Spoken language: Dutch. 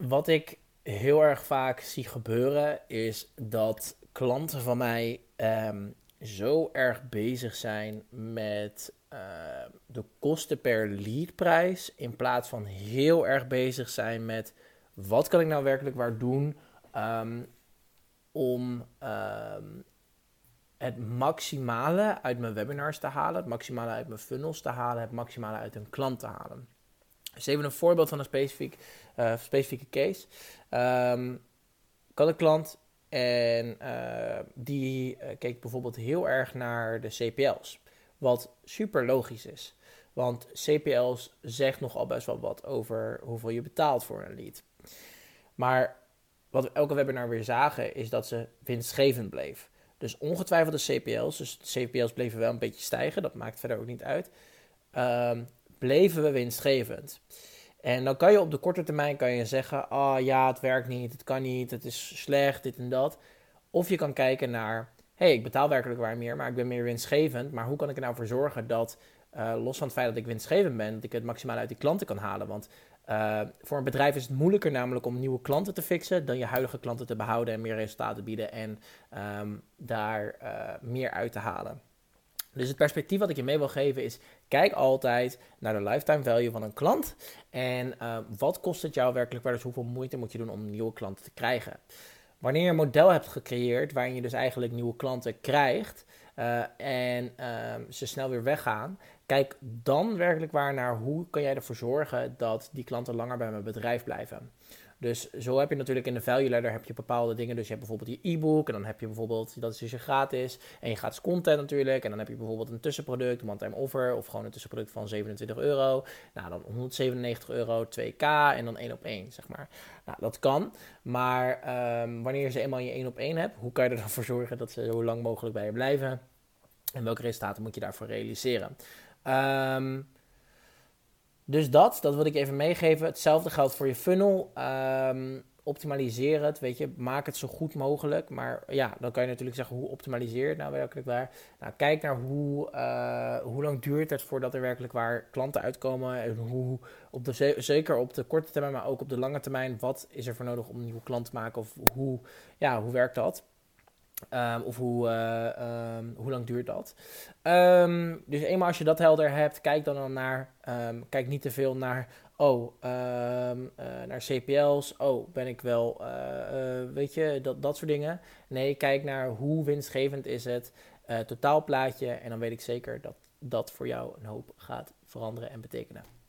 Wat ik heel erg vaak zie gebeuren is dat klanten van mij zo erg bezig zijn met de kosten per leadprijs in plaats van heel erg bezig zijn met wat kan ik nou werkelijk waar doen ehm, om het maximale uit mijn webinars te halen, het maximale uit mijn funnels te halen, het maximale uit een klant te halen. Dus even een voorbeeld van een specifieke case. Ik had een klant en die keek bijvoorbeeld heel erg naar de CPL's. Wat super logisch is. Want CPL's zegt nogal best wel wat over hoeveel je betaalt voor een lead. Maar wat we elke webinar weer zagen is dat ze winstgevend bleef. Dus ongetwijfeld de CPL's, dus de CPL's bleven wel een beetje stijgen, dat maakt verder ook niet uit. Bleven we winstgevend. En dan kan je op de korte termijn kan je zeggen, ja, het werkt niet, het kan niet, het is slecht, dit en dat. Of je kan kijken naar, ik betaal werkelijk waar meer, maar ik ben meer winstgevend. Maar hoe kan ik er nou voor zorgen dat, los van het feit dat ik winstgevend ben, dat ik het maximaal uit die klanten kan halen. Want voor een bedrijf is het moeilijker namelijk om nieuwe klanten te fixen dan je huidige klanten te behouden en meer resultaten bieden en daar meer uit te halen. Dus het perspectief wat ik je mee wil geven is, kijk altijd naar de lifetime value van een klant. En wat kost het jou werkelijk waar? Dus hoeveel moeite moet je doen om nieuwe klanten te krijgen? Wanneer je een model hebt gecreëerd waarin je dus eigenlijk nieuwe klanten krijgt en ze snel weer weggaan, kijk dan werkelijk waar naar hoe kan jij ervoor zorgen dat die klanten langer bij mijn bedrijf blijven. Dus zo heb je natuurlijk in de value ladder heb je bepaalde dingen. Dus je hebt bijvoorbeeld je e-book en dan heb je bijvoorbeeld, dat is dus je gratis. En je gratis content natuurlijk. En dan heb je bijvoorbeeld een tussenproduct, een one-time offer. Of gewoon een tussenproduct van €27. Nou, dan €197, 2K en dan 1 op 1, zeg maar. Nou, dat kan. Maar wanneer je ze eenmaal in je 1 op 1 hebt, hoe kan je er dan voor zorgen dat ze zo lang mogelijk bij je blijven? En welke resultaten moet je daarvoor realiseren? Dus dat wil ik even meegeven. Hetzelfde geldt voor je funnel. Optimaliseer het, weet je. Maak het zo goed mogelijk. Maar ja, dan kan je natuurlijk zeggen, hoe optimaliseer je het nou werkelijk waar? Nou, kijk naar hoe lang duurt het voordat er werkelijk waar klanten uitkomen. En hoe, zeker op de korte termijn, maar ook op de lange termijn. Wat is er voor nodig om een nieuwe klant te maken? Of hoe werkt dat? Of hoe lang duurt dat? Dus eenmaal als je dat helder hebt, kijk dan naar, kijk niet te veel naar, naar CPL's. Ben ik wel, weet je, dat soort dingen. Nee, kijk naar hoe winstgevend is het, totaalplaatje. En dan weet ik zeker dat dat voor jou een hoop gaat veranderen en betekenen.